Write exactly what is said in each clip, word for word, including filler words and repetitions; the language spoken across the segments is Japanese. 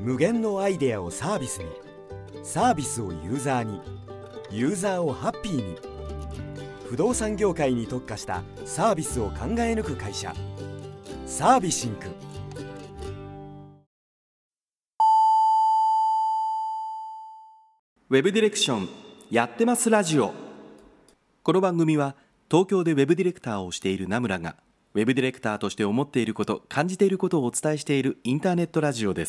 無限のアイデアをサービスに、サービスをユーザーに、ユーザーをハッピーに。不動産業界に特化したサービスを考え抜く会社、サービシンク。 ウェブディレクションやってますラジオ。この番組は東京でウェブディレクターをしている名村がウェブディレクターとして思っていること、感じていることをお伝えしているインターネットラジオです。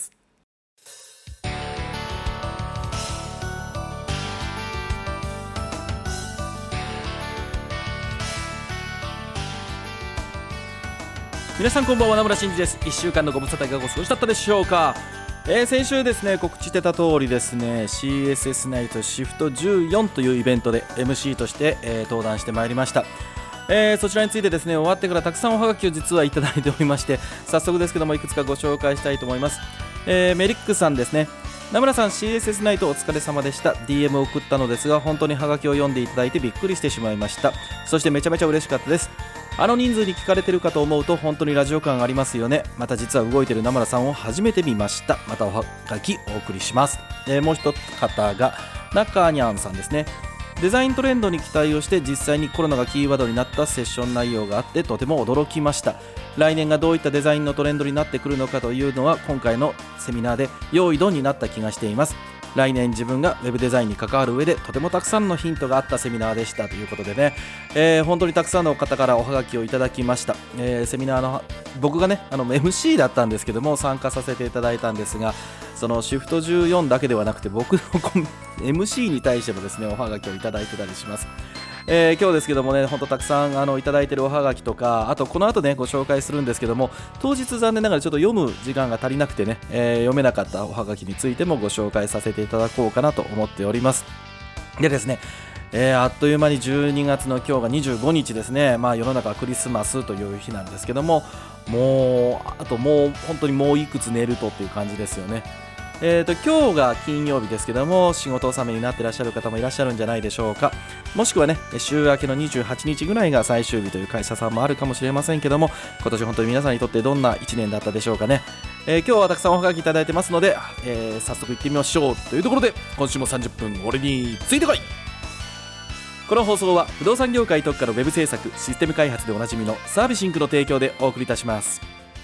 皆さんこんばんは、名村真司です。いっしゅうかんのご無沙汰いかがお過ごしだったでしょうか。えー、先週ですね、告知してた通りですね、 シーエスエス ナイトシフトじゅうよんというイベントで エムシー として、えー、登壇してまいりました。えー、そちらについてですね、終わってからたくさんおはがきを実はいただいておりまして、早速ですけどもいくつかご紹介したいと思います。えー、メリックさんですね。名村さん シーエスエス ナイトお疲れ様でした。 ディーエム を送ったのですが、本当にハガキを読んでいただいてびっくりしてしまいました。そしてめちゃめちゃ嬉しかったです。あの人数に聞かれてるかと思うと本当にラジオ感ありますよね。また実は動いてる名村さんを初めて見ました。またおはがきお送りします。えー、もう一方が中にゃんさんですね。デザイントレンドに期待をして実際にコロナがキーワードになったセッション内容があってとても驚きました。来年がどういったデザインのトレンドになってくるのかというのは今回のセミナーで用意ドンになった気がしています。来年自分がウェブデザインに関わる上でとてもたくさんのヒントがあったセミナーでしたということでね、えー、本当にたくさんの方からおはがきをいただきました。えー、セミナーの僕がねあの エムシー だったんですけども参加させていただいたんですが、そのシフトじゅうよんだけではなくて僕の エムシー に対してもですねおはがきをいただいてたりします。えー、今日ですけどもね、本当たくさんあのいただいてるおはがきとか、あとこの後ねご紹介するんですけども、当日残念ながらちょっと読む時間が足りなくてね、えー、読めなかったおはがきについてもご紹介させていただこうかなと思っております。でですね、えー、あっという間にじゅうにがつの今日がにじゅうごにちですね。まあ世の中はクリスマスという日なんですけども、もうあともう本当にもういくつ寝るとっていう感じですよね。えーと今日が金曜日ですけども、仕事納めになっていらっしゃる方もいらっしゃるんじゃないでしょうか。もしくはね週明けのにじゅうはちにちぐらいが最終日という会社さんもあるかもしれませんけども、今年本当に皆さんにとってどんないちねんだったでしょうかね。えー、今日はたくさんおはがきいただいてますので、えー、早速行ってみましょうというところで、今週もさんじゅっぷん俺についてこい。この放送は不動産業界特化のウェブ制作システム開発でおなじみのサービシンクの提供でお送りいたします。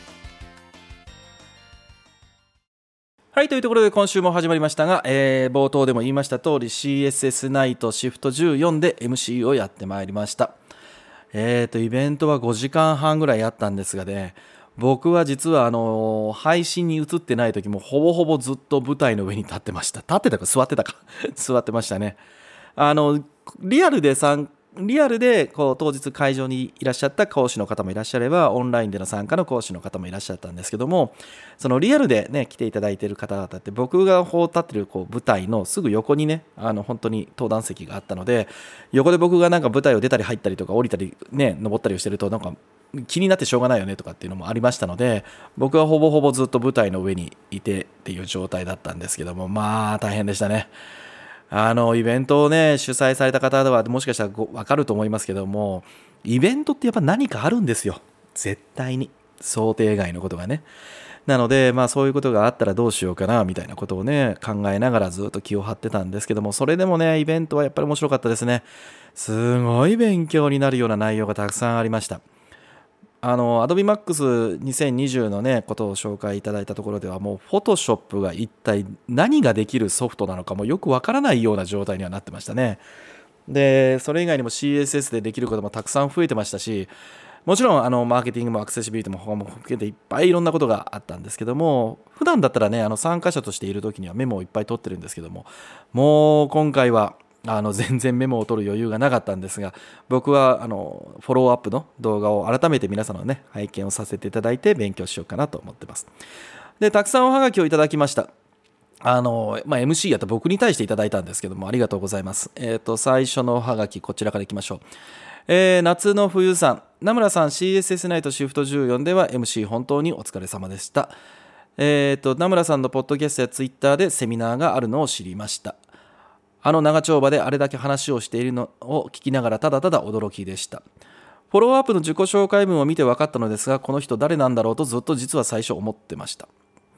はい、というところで今週も始まりましたが、えー、冒頭でも言いました通り シーエスエス ナイトシフトじゅうよんで エムシー をやってまいりました。えーとイベントはごじかんはんぐらいあったんですがね、僕は実はあのー、配信に映ってない時もほぼほぼずっと舞台の上に立ってました。立ってたか座ってたか座ってましたね。あのリアルで参リアルでこう当日会場にいらっしゃった講師の方もいらっしゃれば、オンラインでの参加の講師の方もいらっしゃったんですけども、そのリアルでね来ていただいている方々って僕がこう立ってるこう舞台のすぐ横にねあの本当に登壇席があったので、横で僕がなんか舞台を出たり入ったりとか降りたりね登ったりをしてるとなんか気になってしょうがないよねとかっていうのもありましたので、僕はほぼほぼずっと舞台の上にいてっていう状態だったんですけども、まあ大変でしたね。あのイベントをね主催された方はもしかしたら分かると思いますけども、イベントってやっぱ何かあるんですよ、絶対に想定外のことがね。なのでまあそういうことがあったらどうしようかなみたいなことをね考えながらずっと気を張ってたんですけども、それでもねイベントはやっぱり面白かったですね。すごい勉強になるような内容がたくさんありました。あの Adobe Max にせんにじゅうのねことを紹介いただいたところでは、もう Photoshop が一体何ができるソフトなのかもよくわからないような状態にはなってましたね。でそれ以外にも シーエスエス でできることもたくさん増えてましたし、もちろんあのマーケティングもアクセシビリティも他も含めていっぱいいろんなことがあったんですけども、普段だったらねあの参加者としている時にはメモをいっぱい取ってるんですけども、もう今回はあの全然メモを取る余裕がなかったんですが、僕はあのフォローアップの動画を改めて皆さんのね拝見をさせていただいて勉強しようかなと思ってます。でたくさんおはがきをいただきました。あの、まあ、エムシー やった僕に対していただいたんですけども、ありがとうございます。えっと最初のおはがきこちらからいきましょう。えー、夏の冬さん、名村さん シーエスエス ナイトシフトじゅうよんでは エムシー 本当にお疲れ様でした。えっと名村さんのポッドキャストやツイッターでセミナーがあるのを知りました。あの長丁場であれだけ話をしているのを聞きながらただただ驚きでした。フォローアップの自己紹介文を見て分かったのですが、この人誰なんだろうとずっと実は最初思ってました。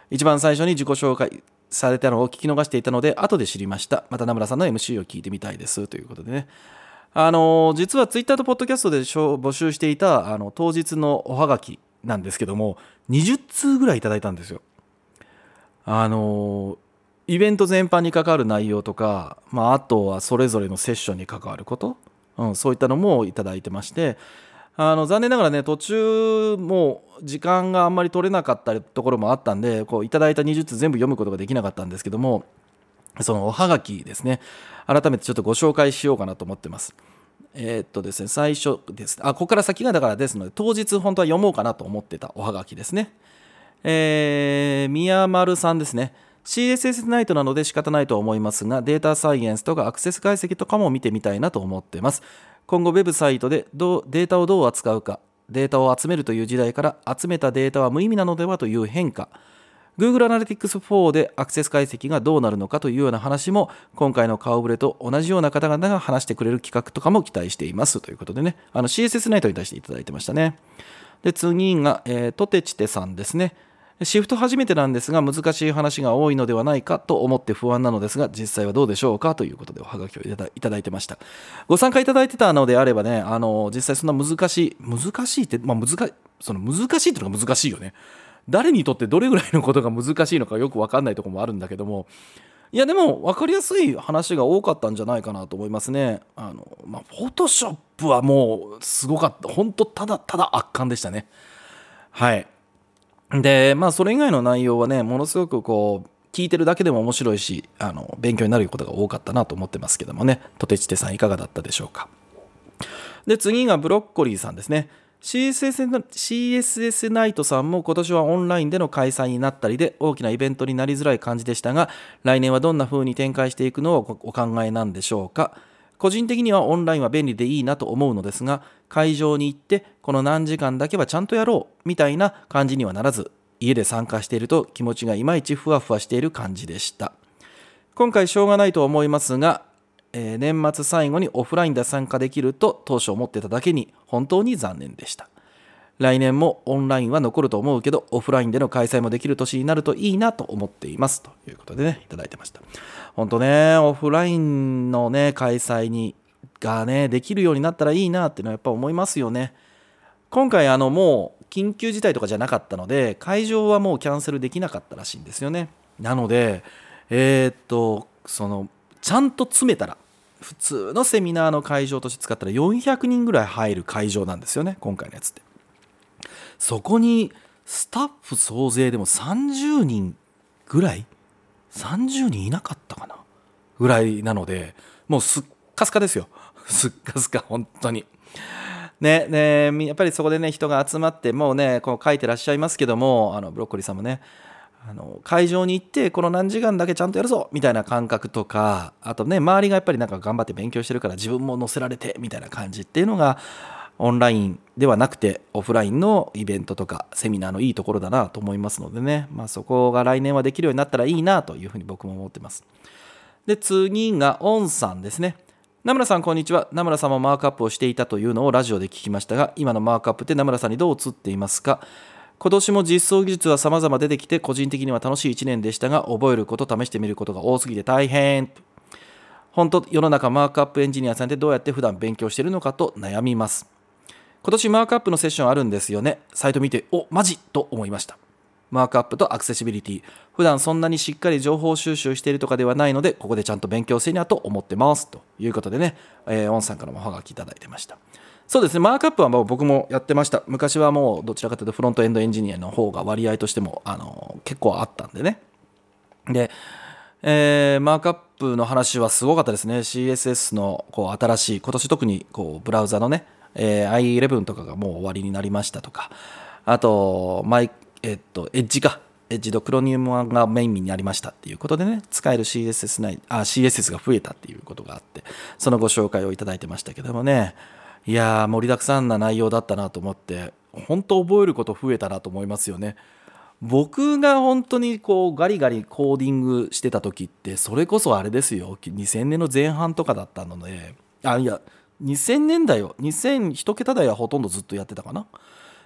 一番最初に自己紹介されたのを聞き逃していたので後で知りました。また名村さんの エムシー を聞いてみたいですということでね、あの実はツイッターとポッドキャストで募集していたあの当日のおはがきなんですけども、にじゅっつうぐらいいただいたんですよ。あのイベント全般に関わる内容とか、まあ、あとはそれぞれのセッションに関わること、うん、そういったのもいただいてまして、あの残念ながらね途中もう時間があんまり取れなかったところもあったんで、こういただいたにじゅっつ全部読むことができなかったんですけども、そのおはがきですね、改めてちょっとご紹介しようかなと思ってます。えー、っとですね最初ですあここから先がだからですので、当日本当は読もうかなと思ってたおはがきですね。えー、宮丸さんですね。 シーエスエス ナイトなので仕方ないと思いますが、データサイエンスとかアクセス解析とかも見てみたいなと思ってます。今後ウェブサイトでどうデータをどう扱うか、データを集めるという時代から集めたデータは無意味なのではという変化、 Google アナリティクスフォーでアクセス解析がどうなるのかというような話も、今回の顔ぶれと同じような方々が話してくれる企画とかも期待していますということでね、あの シーエスエス ナイトに対していただいてましたね。で次が、えー、トテチテさんですね。シフト初めてなんですが難しい話が多いのではないかと思って不安なのですが、実際はどうでしょうかということでおはがきをいただいただいてました。ご参加いただいてたのであればね、あの実際そんな難しい難しいって、まあ、難その難しいっていうのが難しいよね。誰にとってどれぐらいのことが難しいのかよく分かんないところもあるんだけども、いやでも分かりやすい話が多かったんじゃないかなと思いますね。あの、まあ、フォトショップはもうすごかった。本当ただただ圧巻でしたね。はい。でまあそれ以外の内容はね、ものすごくこう聞いてるだけでも面白いし、あの勉強になることが多かったなと思ってますけどもね。とてちてさんいかがだったでしょうか。で次がブロッコリーさんですね。 シーエスエス, シーエスエス ナイトさんも今年はオンラインでの開催になったりで大きなイベントになりづらい感じでしたが、来年はどんな風に展開していくのをお考えなんでしょうか。個人的にはオンラインは便利でいいなと思うのですが、会場に行ってこの何時間だけはちゃんとやろうみたいな感じにはならず、家で参加していると気持ちがいまいちふわふわしている感じでした。今回しょうがないと思いますが、えー、年末最後にオフラインで参加できると当初思ってただけに本当に残念でした。来年もオンラインは残ると思うけど、オフラインでの開催もできる年になるといいなと思っていますということでね、いただいてました。本当ね、オフラインのね開催にがねできるようになったらいいなっていうのはやっぱ思いますよね。今回あのもう緊急事態とかじゃなかったので、会場はもうキャンセルできなかったらしいんですよね。なのでえー、っとそのちゃんと詰めたら、普通のセミナーの会場として使ったらよんひゃくにんぐらい入る会場なんですよね、今回のやつって。そこにスタッフ総勢でもさんじゅうにんぐらいさんじゅうにんいなかったかなぐらいなので、もうすっかすかですよ。すっかすか本当にね。ねやっぱりそこでね人が集まって、もうねこう書いてらっしゃいますけども、あのブロッコリーさんもね、あの会場に行ってこの何時間だけちゃんとやるぞみたいな感覚とか、あとね周りがやっぱりなんか頑張って勉強してるから自分も乗せられてみたいな感じっていうのがオンラインではなくてオフラインのイベントとかセミナーのいいところだなと思いますのでね、まあ、そこが来年はできるようになったらいいなというふうに僕も思ってます。で次がオンさんですね。名村さんこんにちは。名村さんもマークアップをしていたというのをラジオで聞きましたが、今のマークアップって名村さんにどう映っていますか。今年も実装技術は様々出てきて個人的には楽しいいちねんでしたが、覚えること試してみることが多すぎて大変。本当世の中マークアップエンジニアさんってどうやって普段勉強しているのかと悩みます。今年マークアップのセッションあるんですよね。サイト見ておマジと思いました。マークアップとアクセシビリティ、普段そんなにしっかり情報収集しているとかではないので、ここでちゃんと勉強せにゃと思ってますということでね、えー、オンさんからもおはがきいただいてました。そうですね、マークアップはもう僕もやってました。昔はもうどちらかというとフロントエンドエンジニアの方が割合としてもあの結構あったんでね。で、えー、マークアップの話はすごかったですね。 シーエスエス のこう新しい今年特にこうブラウザのね、えー、アイイレブン とかがもう終わりになりましたとか、あとマイ、えっと、エッジかエッジとクロニウムがメインになりましたっていうことでね、使える シーエスエス ない、あ シーエスエス が増えたっていうことがあって、そのご紹介をいただいてましたけどもね、いやー盛りだくさんな内容だったなと思って、本当覚えること増えたなと思いますよね。僕が本当にこうガリガリコーディングしてた時ってそれこそあれですよ、にせんねんの前半とかだったので、あいやにせんねんだいよ、にせんいち桁台はほとんどずっとやってたかな。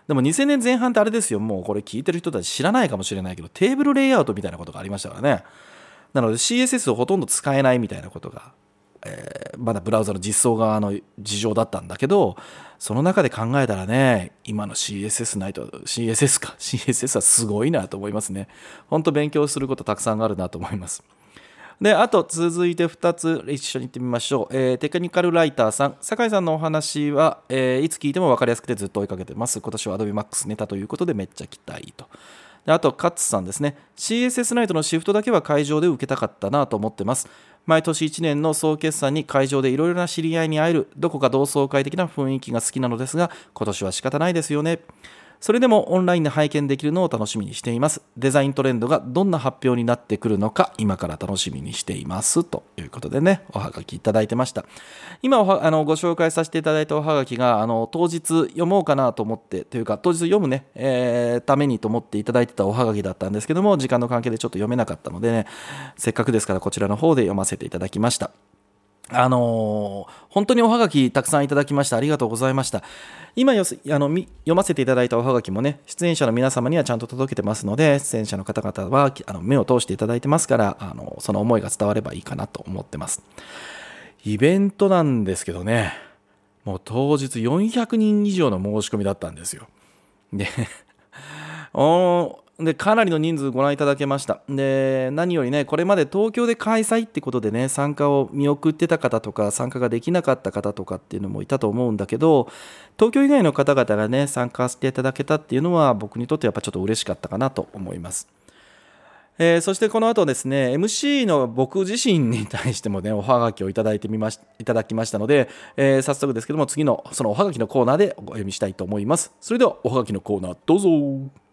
でもにせんねんぜん半ってあれですよ、もうこれ聞いてる人たち知らないかもしれないけど、テーブルレイアウトみたいなことがありましたからね。なので シーエスエス をほとんど使えないみたいなことが、えー、まだブラウザの実装側の事情だったんだけど、その中で考えたらね、今の シーエスエス ないと シーエスエス か シーエスエス はすごいなと思いますね。本当勉強することたくさんあるなと思います。で、あと続いてふたつ一緒に行ってみましょう。えー、テクニカルライターさん、酒井さんのお話は、えー、いつ聞いても分かりやすくてずっと追いかけてます。今年は Adobe Max ネタということでめっちゃ期待と。で、あとカッツさんですね。シーエスエス ナイトのシフトだけは会場で受けたかったなと思ってます。毎年いちねんの総決算に会場でいろいろな知り合いに会える、どこか同窓会的な雰囲気が好きなのですが、今年は仕方ないですよね。それでもオンラインで拝見できるのを楽しみにしています。デザイントレンドがどんな発表になってくるのか今から楽しみにしていますということでね、おはがきいただいてました。今おはあのご紹介させていただいたおはがきがあの当日読もうかなと思ってというか当日読むね、えー、ためにと思っていただいてたおはがきだったんですけども、時間の関係でちょっと読めなかったのでね、せっかくですからこちらの方で読ませていただきました。あのー、本当におはがきたくさんいただきました。ありがとうございました。今よあの読ませていただいたおはがきもね、出演者の皆様にはちゃんと届けてますので、出演者の方々はあの目を通していただいてますから、あのその思いが伝わればいいかなと思ってます。イベントなんですけどね、もう当日よんひゃくにん以上の申し込みだったんですよ。でおでかなりの人数ご覧いただけました。で何よりね、これまで東京で開催ってことでね、参加を見送ってた方とか参加ができなかった方とかっていうのもいたと思うんだけど、東京以外の方々がね参加していただけたっていうのは僕にとってやっぱちょっと嬉しかったかなと思います。えー、そしてこの後ですね、 エムシー の僕自身に対してもねおはがきをいただいてみましいただきましたので、えー、早速ですけども次のそのおはがきのコーナーでお読みしたいと思います。それではおはがきのコーナーどうぞ。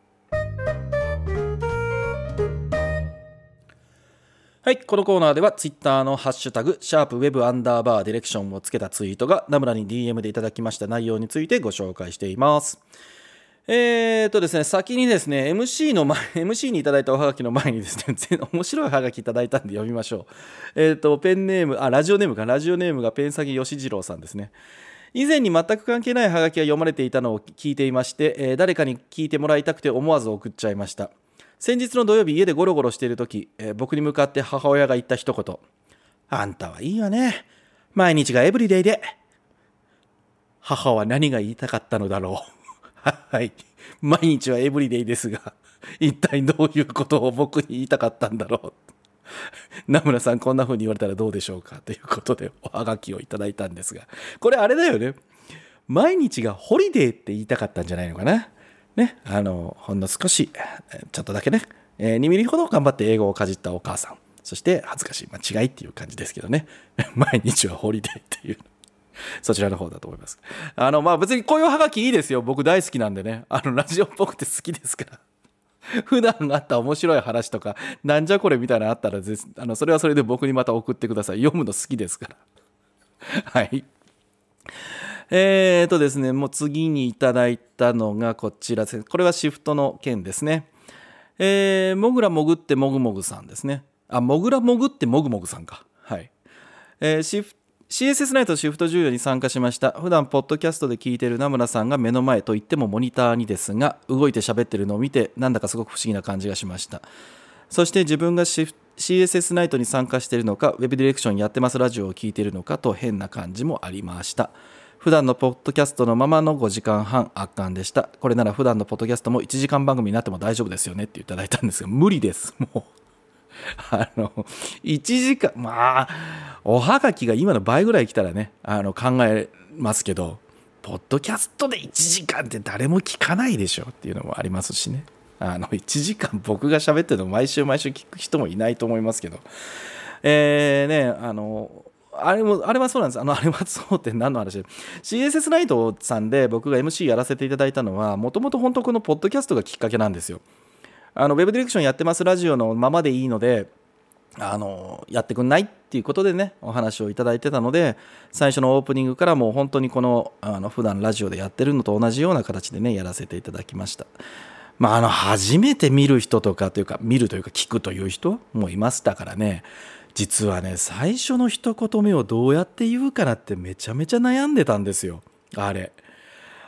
はい、このコーナーではツイッターのハッシュタグシャープウェブアンダーバーディレクションをつけたツイートがナムラに ディーエム でいただきました内容についてご紹介しています。えーとですね、先にですね エムシー の前 エムシー にいただいたおはがきの前にですね面白いおはがきいただいたんで読みましょう。えーとペンネームあラジオネームかラジオネームがペンサギよしじろうさんですね。以前に全く関係ないはがきが読まれていたのを聞いていまして、えー、誰かに聞いてもらいたくて思わず送っちゃいました。先日の土曜日家でゴロゴロしているとき、えー、僕に向かって母親が言った一言、あんたはいいわね、毎日がエブリデイで。母は何が言いたかったのだろうはい、毎日はエブリデイですが一体どういうことを僕に言いたかったんだろう名村さん、こんな風に言われたらどうでしょうかということでおはがきをいただいたんですが、これあれだよね、毎日がホリデーって言いたかったんじゃないのかなね、あのほんの少しちょっとだけね、えー、にミリほど頑張って英語をかじったお母さん、そして恥ずかしい間違いっていう感じですけどね毎日はホリデーっていうそちらの方だと思います。あのまあ別にこういうハガキいいですよ、僕大好きなんでね、あのラジオっぽくて好きですから普段あった面白い話とかなんじゃこれみたいなのあったらあのそれはそれで僕にまた送ってください。読むの好きですからはいえーとですね、もう次にいただいたのがこちらです。これはシフトの件ですね。えー、もぐらもぐってもぐもぐさんですね。あ、もぐらもぐってもぐもぐさんか。はい。えー、シフ シーエスエス ナイトシフトじゅうよんに参加しました。普段ポッドキャストで聞いている名村さんが目の前といってもモニターにですが、動いて喋ってるのを見てなんだかすごく不思議な感じがしました。そして自分がシフ シーエスエス ナイトに参加しているのか、ウェブディレクションやってますラジオを聞いているのかと変な感じもありました。普段のポッドキャストのままのごじかんはん圧巻でした。これなら普段のポッドキャストもいちじかん番組になっても大丈夫ですよねっていただいたんですが、無理です。もうあのいちじかん、まあおはがきが今の倍ぐらい来たらね、あの考えますけど、ポッドキャストでいちじかんって誰も聞かないでしょっていうのもありますしね。あのいちじかん僕が喋ってるの毎週毎週聞く人もいないと思いますけど、えーね、あのあれもあれはそうなんです。あのあれはそうって何の話で シーエスエス ナイトさんで僕が エムシー やらせていただいたのは、もともと本当このポッドキャストがきっかけなんですよ。あのウェブディレクションやってますラジオのままでいいので、あのやってくんないっていうことでねお話をいただいてたので、最初のオープニングからもう本当にこのあの普段ラジオでやってるのと同じような形でねやらせていただきました。まあ、あの初めて見る人とかというか見るというか聞くという人もいましたからね、実はね最初の一言目をどうやって言うかなってめちゃめちゃ悩んでたんですよ。あれ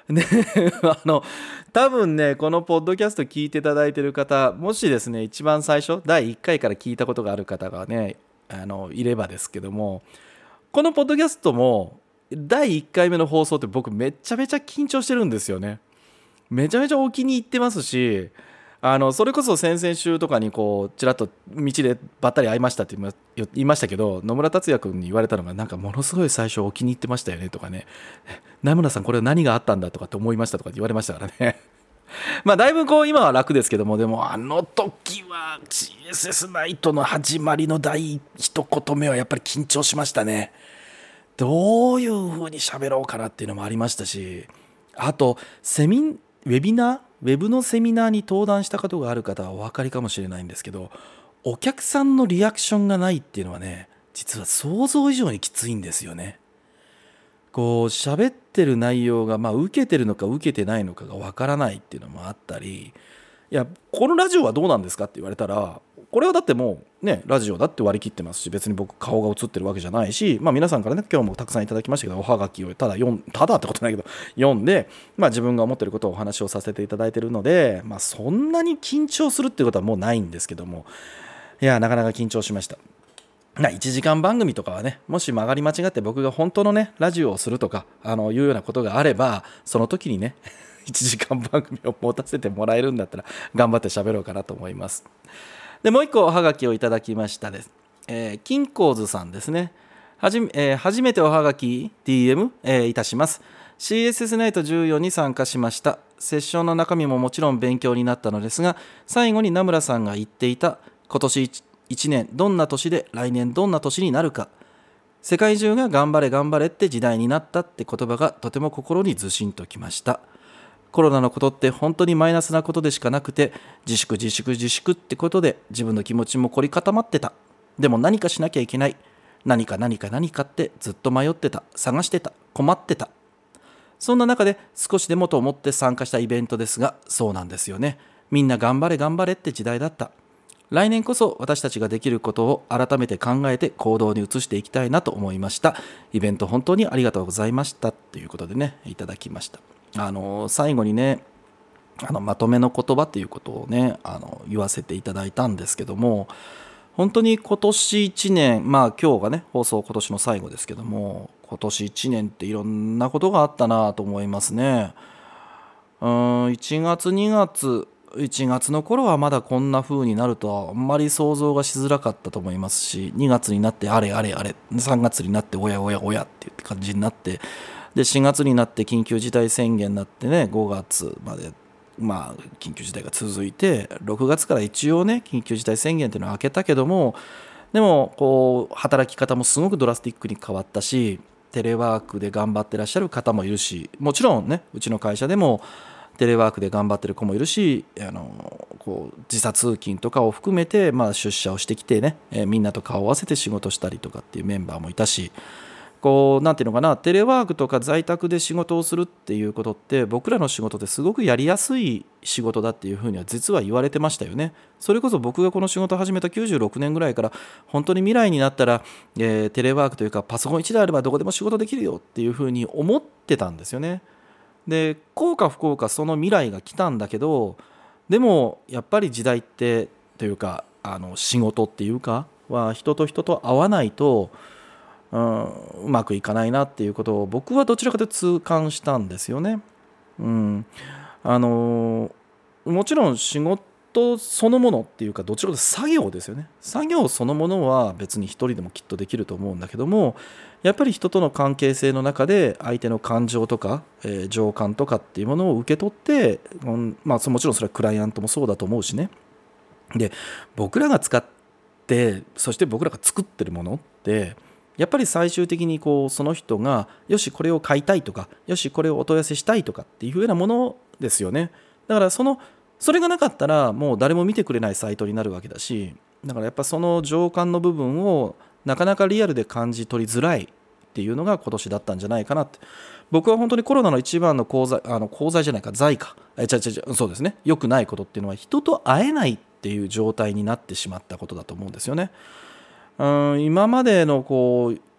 であの多分ねこのポッドキャスト聞いていただいている方、もしですね一番最初だいいっかいから聞いたことがある方がねあのいればですけども、このポッドキャストもだいいっかいめの放送って僕めちゃめちゃ緊張してるんですよね。めちゃめちゃお気に入ってますし、あのそれこそ先々週とかにこうちらっと道でばったり会いましたって言いましたけど、野村達也君に言われたのがなんかものすごい最初お気に入ってましたよねとかね、名村さんこれは何があったんだとかって思いましたとかって言われましたからねまあだいぶこう今は楽ですけども、でもあの時は シーエスエス ナイトの始まりの第一言目はやっぱり緊張しましたね。どういう風に喋ろうかなっていうのもありましたし、あとセミンウェビナーウェブのセミナーに登壇したことがある方はお分かりかもしれないんですけど、お客さんのリアクションがないっていうのはね、実は想像以上にきついんですよね。こう喋ってる内容が、まあ、受けてるのか受けてないのかが分からないっていうのもあったり、いやこのラジオはどうなんですかって言われたら、これはだってもうねラジオだって割り切ってますし、別に僕顔が映ってるわけじゃないし、まあ、皆さんからね今日もたくさんいただきましたけど、おはがきをただ読んただってことないけど読んで、まあ、自分が思ってることをお話をさせていただいているので、まあ、そんなに緊張するっていうことはもうないんですけども、いやなかなか緊張しました。いちじかん番組とかはね、もし曲がり間違って僕が本当のねラジオをするとかあのいうようなことがあれば、その時にねいちじかん番組を持たせてもらえるんだったら頑張って喋ろうかなと思います。でもう一個おはがきをいただきましたです、えー、金光図さんですね。はじめ、えー、初めておはがき ディーエム、えー、いたします。 シーエスエス ナイトじゅうよんに参加しました。セッションの中身ももちろん勉強になったのですが、最後に名村さんが言っていた今年いちねんどんな年で来年どんな年になるか、世界中が頑張れ頑張れって時代になったって言葉がとても心にずしんときました。コロナのことって本当にマイナスなことでしかなくて、自粛自粛自粛ってことで自分の気持ちも凝り固まってた。でも何かしなきゃいけない、何か何か何かってずっと迷ってた、探してた、困ってた。そんな中で少しでもと思って参加したイベントですが、そうなんですよね。みんな頑張れ頑張れって時代だった。来年こそ私たちができることを改めて考えて行動に移していきたいなと思いました。イベント本当にありがとうございましたということでね、いただきました。あの最後にね、あのまとめの言葉っていうことをねあの言わせていただいたんですけども、本当に今年いちねん、まあ今日がね放送今年の最後ですけども、今年いちねんっていろんなことがあったなと思いますね。うーんいちがつにがついちがつの頃はまだこんな風になるとはあんまり想像がしづらかったと思いますし、にがつになってあれあれあれ、さんがつになっておやおやおやっていう感じになって、でしがつになって緊急事態宣言になってね、ごがつまでまあ緊急事態が続いて、ろくがつから一応ね緊急事態宣言っていうのは明けたけども、でもこう働き方もすごくドラスティックに変わったし、テレワークで頑張ってらっしゃる方もいるし、もちろんねうちの会社でもテレワークで頑張ってる子もいるし、あのこう時差通勤とかを含めて、まあ、出社をしてきてね、えー、みんなと顔を合わせて仕事したりとかっていうメンバーもいたし、こうなんていうのかな、テレワークとか在宅で仕事をするっていうことって僕らの仕事ですごくやりやすい仕事だっていうふうには実は言われてましたよね。それこそ僕がこの仕事を始めたきゅうじゅうろくねんぐらいから、本当に未来になったら、えー、テレワークというかパソコンいちだいあればどこでも仕事できるよっていうふうに思ってたんですよね。で幸か不幸かその未来が来たんだけど、でもやっぱり時代ってというかあの仕事っていうかは人と人と会わないとうん、うまくいかないなっていうことを僕はどちらかというと痛感したんですよね。うん、あのもちろん仕事そのものっていうかどちらかというと作業ですよね。作業そのものは別に一人でもきっとできると思うんだけども、やっぱり人との関係性の中で相手の感情とか、えー、情感とかっていうものを受け取って、うんまあ、もちろんそれはクライアントもそうだと思うしね。で僕らが使ってそして僕らが作ってるものってやっぱり最終的にこうその人がよしこれを買いたいとか、よしこれをお問い合わせしたいとかっていうようなものですよね。だからそのそれがなかったらもう誰も見てくれないサイトになるわけだし、だからやっぱその情感の部分をなかなかリアルで感じ取りづらいっていうのが今年だったんじゃないかなって。僕は本当にコロナの一番の功罪、あの功罪じゃないか罪かえちゃちゃちゃそうですね、良くないことっていうのは人と会えないっていう状態になってしまったことだと思うんですよね。うん今までのこう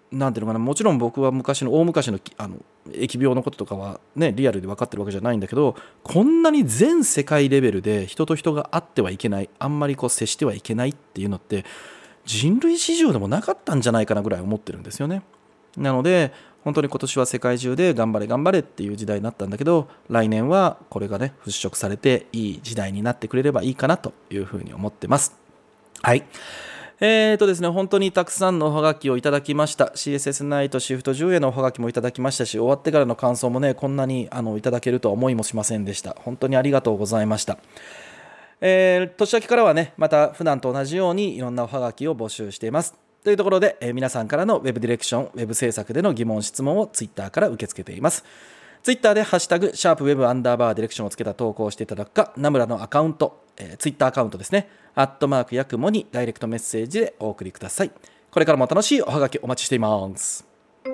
なんていうのかな、もちろん僕は昔の大昔のあの疫病のこととかはねリアルで分かってるわけじゃないんだけど、こんなに全世界レベルで人と人が会ってはいけない、あんまりこう接してはいけないっていうのって人類史上でもなかったんじゃないかなぐらい思ってるんですよね。なので本当に今年は世界中で頑張れ頑張れっていう時代になったんだけど、来年はこれがね払拭されていい時代になってくれればいいかなというふうに思ってます。はい。えーとですね、本当にたくさんのおはがきをいただきました。 シーエスエス ナイトシフトじゅうへのおはがきもいただきましたし、終わってからの感想もねこんなにあのいただけるとは思いもしませんでした。本当にありがとうございました。えー、年明けからはねまた普段と同じようにいろんなおはがきを募集しています。というところで、えー、皆さんからのウェブディレクション、ウェブ制作での疑問質問をツイッターから受け付けています。ツイッターでハッシュタグシャープウェブアンダーバーディレクションをつけた投稿をしていただくか、ナムラのアカウント、えー、ツイッターアカウントですね、アットマークヤクモにダイレクトメッセージでお送りください。これからも楽しいおはがきお待ちしています。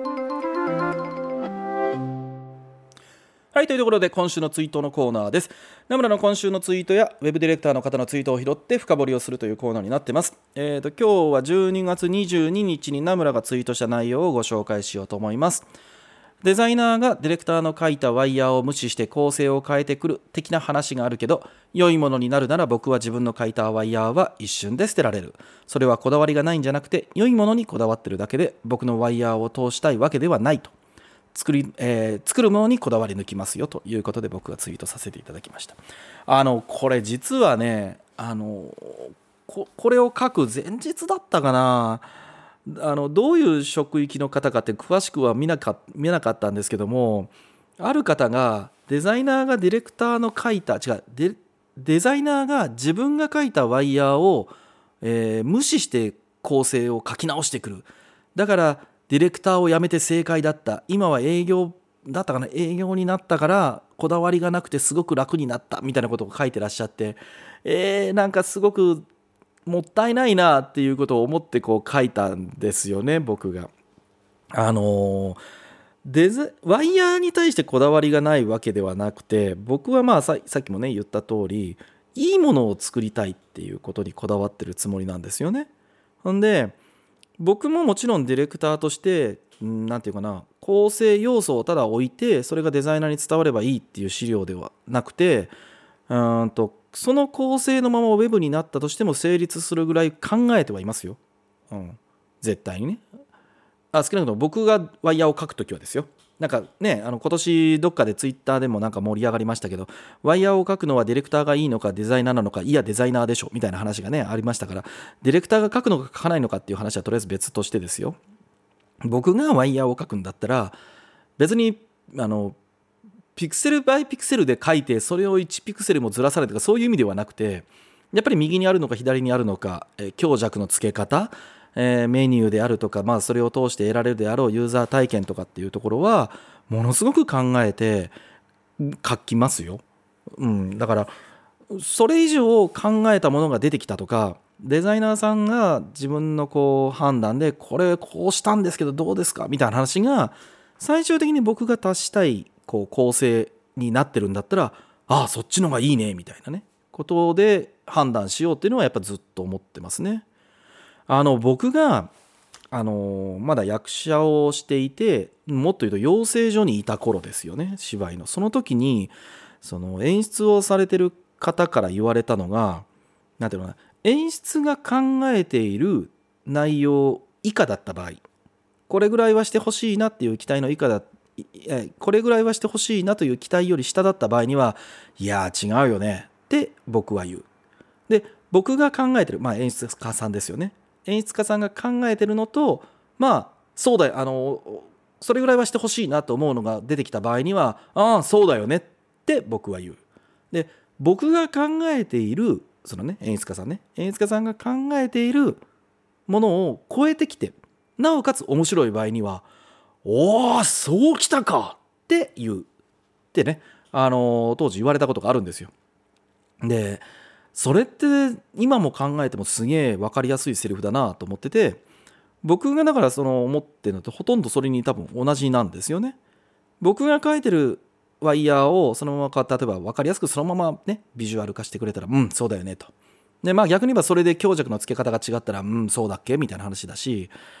はい、というところで今週のツイートのコーナーです。ナムラの今週のツイートやウェブディレクターの方のツイートを拾って深掘りをするというコーナーになっています。えーと今日はじゅうにがつにじゅうににちにナムラがツイートした内容をご紹介しようと思います。デザイナーがディレクターの書いたワイヤーを無視して構成を変えてくる的な話があるけど、良いものになるなら僕は自分の書いたワイヤーは一瞬で捨てられる。それはこだわりがないんじゃなくて良いものにこだわってるだけで、僕のワイヤーを通したいわけではないと。作り、えー、作るものにこだわり抜きますよということで僕がツイートさせていただきました。あのこれ実はね、あの こ, これを書く前日だったかな、あのどういう職域の方かって詳しくは見なか、見なかったんですけども、ある方がデザイナーがディレクターの書いた違う デ, デザイナーが自分が書いたワイヤーを、えー、無視して構成を書き直してくる。だからディレクターを辞めて正解だった、今は営業だったかな、営業になったからこだわりがなくてすごく楽になったみたいなことを書いてらっしゃって、えー、なんかすごくもったいないなっていうことを思ってこう書いたんですよね、僕が。あのデザワイヤーに対してこだわりがないわけではなくて、僕はまあ さ, さっきもね言った通り、いいものを作りたいっていうことにこだわってるつもりなんですよね。ほんで僕ももちろんディレクターとしてなんていうかな、構成要素をただ置いてそれがデザイナーに伝わればいいっていう資料ではなくて、うーんとその構成のままウェブになったとしても成立するぐらい考えてはいますよ、うん、絶対にね。あ、少なくとも僕がワイヤーを書くときはですよ。なんかね、あの今年どっかでツイッターでもなんか盛り上がりましたけど、ワイヤーを書くのはディレクターがいいのかデザイナーなのか、いやデザイナーでしょみたいな話がねありましたから、ディレクターが書くのか書かないのかっていう話はとりあえず別としてですよ。僕がワイヤーを書くんだったら別にあのピクセルバイピクセルで書いてそれをいちピクセルもずらされるとかそういう意味ではなくて、やっぱり右にあるのか左にあるのか、えー、強弱の付け方、えー、メニューであるとか、まあ、それを通して得られるであろうユーザー体験とかっていうところはものすごく考えて書きますよ、うん、だからそれ以上考えたものが出てきたとか、デザイナーさんが自分のこう判断でこれこうしたんですけどどうですかみたいな話が最終的に僕が達したいこう構成になってるんだったら、ああそっちの方がいいねみたいなねことで判断しようっていうのはやっぱずっと思ってますね。あの僕があのまだ役者をしていて、もっと言うと養成所にいた頃ですよね、芝居の。その時にその演出をされてる方から言われたのが、なんていうのかな、演出が考えている内容以下だった場合、これぐらいはしてほしいなっていう期待の以下だこれぐらいはしてほしいなという期待より下だった場合には、いや違うよねって僕は言う。で僕が考えてる、まあ演出家さんですよね、演出家さんが考えてるのと、まあそうだよ、あのそれぐらいはしてほしいなと思うのが出てきた場合には、ああそうだよねって僕は言う。で僕が考えているそのね演出家さんね演出家さんが考えているものを超えてきて、なおかつ面白い場合には、おーそうきたかって言うってね、あの当時言われたことがあるんですよ。でそれって今も考えてもすげえ分かりやすいセリフだなと思ってて、僕がだからその思ってるのとほとんどそれに多分同じなんですよね。僕が書いてるワイヤーをそのまま例えば分かりやすくそのままねビジュアル化してくれたら、うんそうだよねと。でまあ逆に言えばそれで強弱の付け方が違ったら、うんそうだっけみたいな話だし、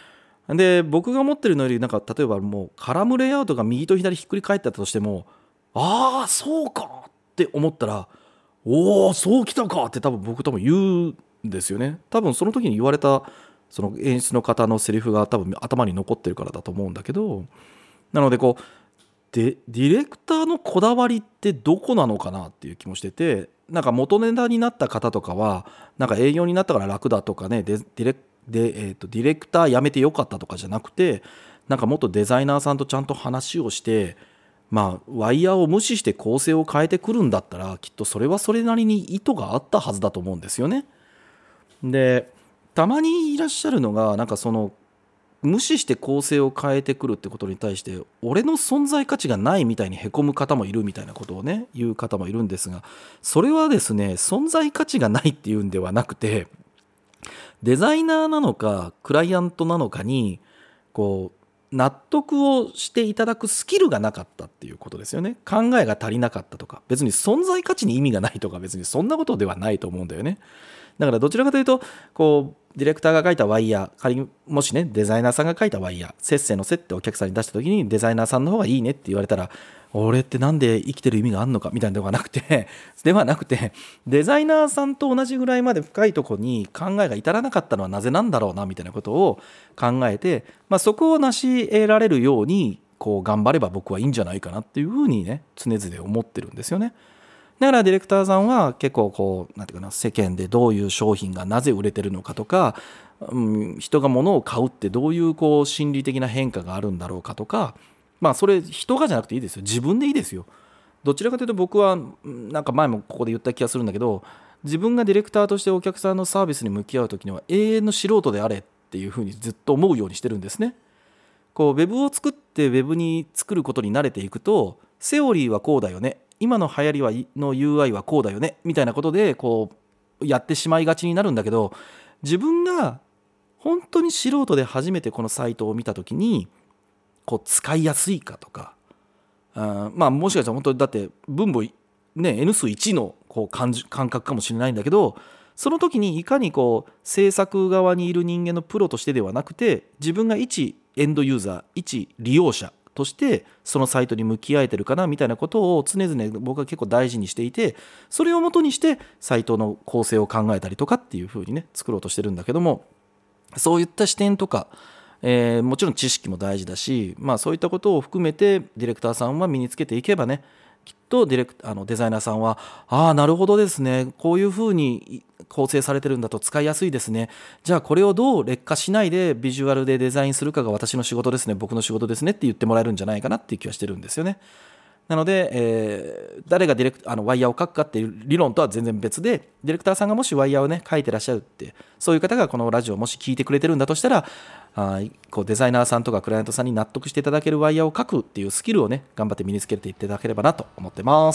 で僕が思ってるのよりなんか例えばもうカラムレイアウトが右と左ひっくり返ってたとしても、ああそうかって思ったら、おおそうきたかって多分僕多分言うんですよね。多分その時に言われたその演出の方のセリフが多分頭に残ってるからだと思うんだけど、なのでこうでディレクターのこだわりってどこなのかなっていう気もしてて、なんか元ネタになった方とかはなんか営業になったから楽だとかね、デディレで、えーと、ディレクター辞めてよかったとかじゃなくて、なんかもっとデザイナーさんとちゃんと話をして、まあワイヤーを無視して構成を変えてくるんだったら、きっとそれはそれなりに意図があったはずだと思うんですよね。でたまにいらっしゃるのが、なんかその無視して構成を変えてくるってことに対して俺の存在価値がないみたいにへこむ方もいるみたいなことをね言う方もいるんですが、それはですね存在価値がないっていうんではなくて、デザイナーなのかクライアントなのかにこう納得をしていただくスキルがなかったっていうことですよね。考えが足りなかったとか、別に存在価値に意味がないとか、別にそんなことではないと思うんだよね。だからどちらかというとこうディレクターが書いたワイヤー、仮にもしねデザイナーさんが書いたワイヤー、せっせのせってお客さんに出した時にデザイナーさんの方がいいねって言われたら、俺ってなんで生きてる意味があるのかみたいなのではなくてではなくてデザイナーさんと同じぐらいまで深いところに考えが至らなかったのはなぜなんだろうなみたいなことを考えて、まあ、そこを成し得られるようにこう頑張れば僕はいいんじゃないかなっていうふうにね常々思ってるんですよね。だからディレクターさんは結構こうなんていうかな、世間でどういう商品がなぜ売れてるのかとか、うん、人が物を買うってどういうこう心理的な変化があるんだろうかとか、まあそれ人がじゃなくていいですよ、自分でいいですよ。どちらかというと僕はなんか前もここで言った気がするんだけど、自分がディレクターとしてお客さんのサービスに向き合う時には永遠の素人であれっていうふうにずっと思うようにしてるんですね。こうウェブを作ってウェブに作ることに慣れていくと、セオリーはこうだよね、今の流行りはの ユーアイ はこうだよねみたいなことでこうやってしまいがちになるんだけど、自分が本当に素人で初めてこのサイトを見た時にこう使いやすいかとか、あまあもしかしたら本当にだって分母、ね、N 数いちのこう 感, 感覚かもしれないんだけど、その時にいかにこう制作側にいる人間のプロとしてではなくて、自分が一エンドユーザー、一利用者としてそのサイトに向き合えてるかなみたいなことを常々僕は結構大事にしていて、それをもとにしてサイトの構成を考えたりとかっていう風にね作ろうとしてるんだけども、そういった視点とか、えー、もちろん知識も大事だし、まあそういったことを含めてディレクターさんは身につけていけばね、きっとディレクあのデザイナーさんはああなるほどですね、こういう風に構成されてるんだと使いやすいですね、じゃあこれをどう劣化しないでビジュアルでデザインするかが私の仕事ですね、僕の仕事ですねって言ってもらえるんじゃないかなっていう気はしてるんですよね。なので、えー、誰がディレクあのワイヤーを書くかっていう理論とは全然別で、ディレクターさんがもしワイヤーをね書いてらっしゃるって、そういう方がこのラジオをもし聞いてくれてるんだとしたら、あこうデザイナーさんとかクライアントさんに納得していただけるワイヤーを書くっていうスキルをね頑張って身につけていただければなと思ってます。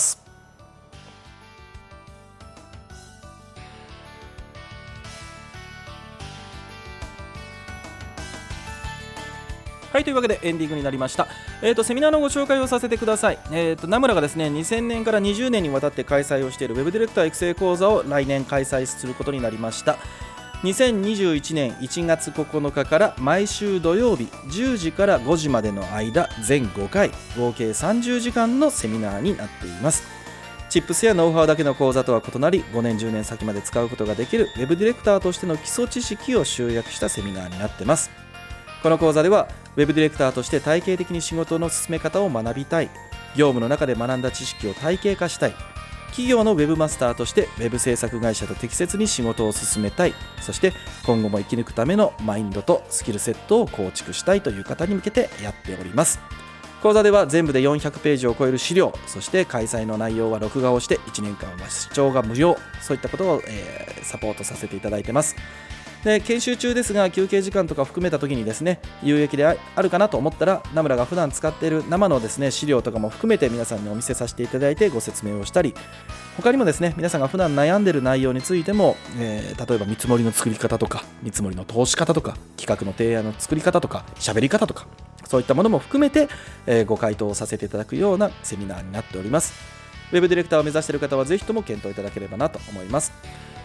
はい、というわけでエンディングになりました。えーと、セミナーのご紹介をさせてください。えーと、ナムラがですね、にせんねんからにじゅうねんにわたって開催をしているウェブディレクター育成講座を来年開催することになりました。にせんにじゅういちねんいちがつここのかから毎週土曜日じゅうじからごじまでの間、全ごかい、合計さんじゅうじかんのセミナーになっています。チップスやノウハウだけの講座とは異なり、ごねんじゅうねん先まで使うことができるウェブディレクターとしての基礎知識を集約したセミナーになっています。この講座ではウェブディレクターとして体系的に仕事の進め方を学びたい、業務の中で学んだ知識を体系化したい、企業のウェブマスターとしてウェブ制作会社と適切に仕事を進めたい、そして今後も生き抜くためのマインドとスキルセットを構築したいという方に向けてやっております。講座では全部でよんひゃくページを超える資料、そして開催の内容は録画をしていちねんかんは視聴が無料、そういったことを、えー、サポートさせていただいてます。で研修中ですが、休憩時間とか含めた時にですね、有益であるかなと思ったら、ナムラが普段使っている生のですね資料とかも含めて皆さんにお見せさせていただいてご説明をしたり、他にもですね皆さんが普段悩んでいる内容についても、えー、例えば見積もりの作り方とか、見積もりの通し方とか、企画の提案の作り方とか、喋り方とか、そういったものも含めて、えー、ご回答をさせていただくようなセミナーになっております。ウェブディレクターを目指している方はぜひとも検討いただければなと思います。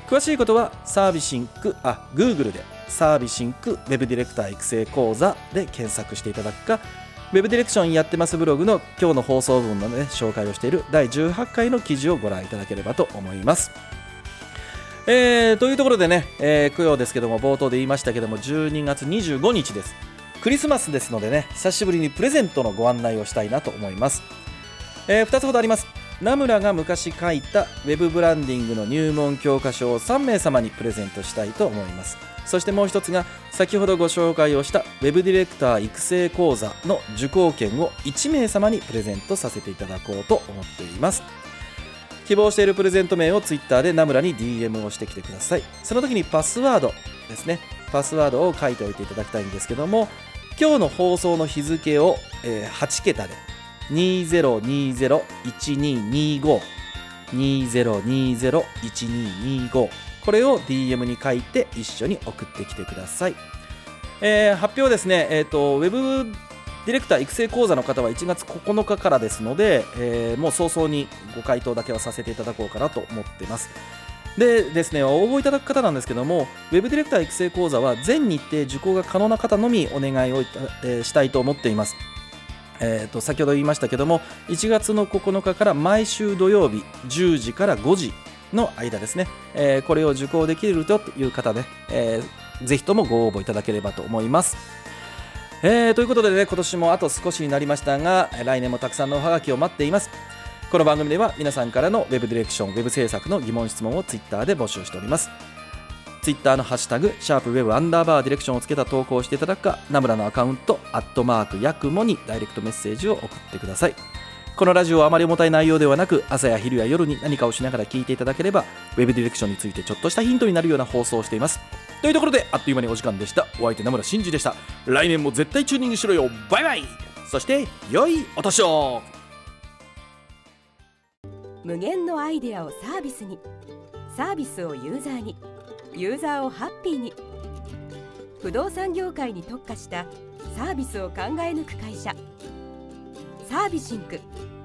詳しいことはサービシンクあ Google でサービシンクウェブディレクター育成講座で検索していただくか、ウェブディレクションやってますブログの今日の放送分の、ね、紹介をしているだいじゅうはちかいの記事をご覧いただければと思います。えー、というところでね、えー、今日ですけども、冒頭で言いましたけども、じゅうにがつにじゅうごにちです。クリスマスですのでね、久しぶりにプレゼントのご案内をしたいなと思います。えー、ふたつほどあります。ナムラが昔書いたウェブブランディングの入門教科書をさんめいさまにプレゼントしたいと思います。そしてもう一つが先ほどご紹介をしたウェブディレクター育成講座の受講券をいちめいさまにプレゼントさせていただこうと思っています。希望しているプレゼント名をツイッターでナムラに ディーエム をしてきてください。その時にパスワードですね、パスワードを書いておいていただきたいんですけども、今日の放送の日付を、えー、はちけたでにーぜろにーぜろいちにーにーご にーぜろにーぜろいちにーにーご、これを ディーエム に書いて一緒に送ってきてください。えー、発表ですね、えーと、ウェブディレクター育成講座の方はいちがつここのかからですので、えー、もう早々にご回答だけはさせていただこうかなと思っています。でですね、応募いただく方なんですけども、ウェブディレクター育成講座は全日程受講が可能な方のみお願いを、えー、したいと思っています。えー、と先ほど言いましたけども、いちがつのここのかから毎週土曜日じゅうじからごじの間ですね、えー、これを受講できるという方で、えー、ぜひともご応募いただければと思います。えー、ということでね、今年もあと少しになりましたが、来年もたくさんのおはがきを待っています。この番組では皆さんからのウェブディレクション、ウェブ制作の疑問質問をツイッターで募集しております。ツイッターのハッシュタグシャープウェブアンダーバーディレクションをつけた投稿をしていただくか、ナムラのアカウントアットマークヤクモにダイレクトメッセージを送ってください。このラジオはあまり重たい内容ではなく、朝や昼や夜に何かをしながら聞いていただければ、ウェブディレクションについてちょっとしたヒントになるような放送をしています。というところで、あっという間にお時間でした。お相手ナムラ真司でした。来年も絶対チューニングしろよ。バイバイ。そして良いお年を。 無限のアイデアをサービスに、サービスをユーザーに、ユーザーをハッピーに。不動産業界に特化したサービスを考え抜く会社、サービシンク。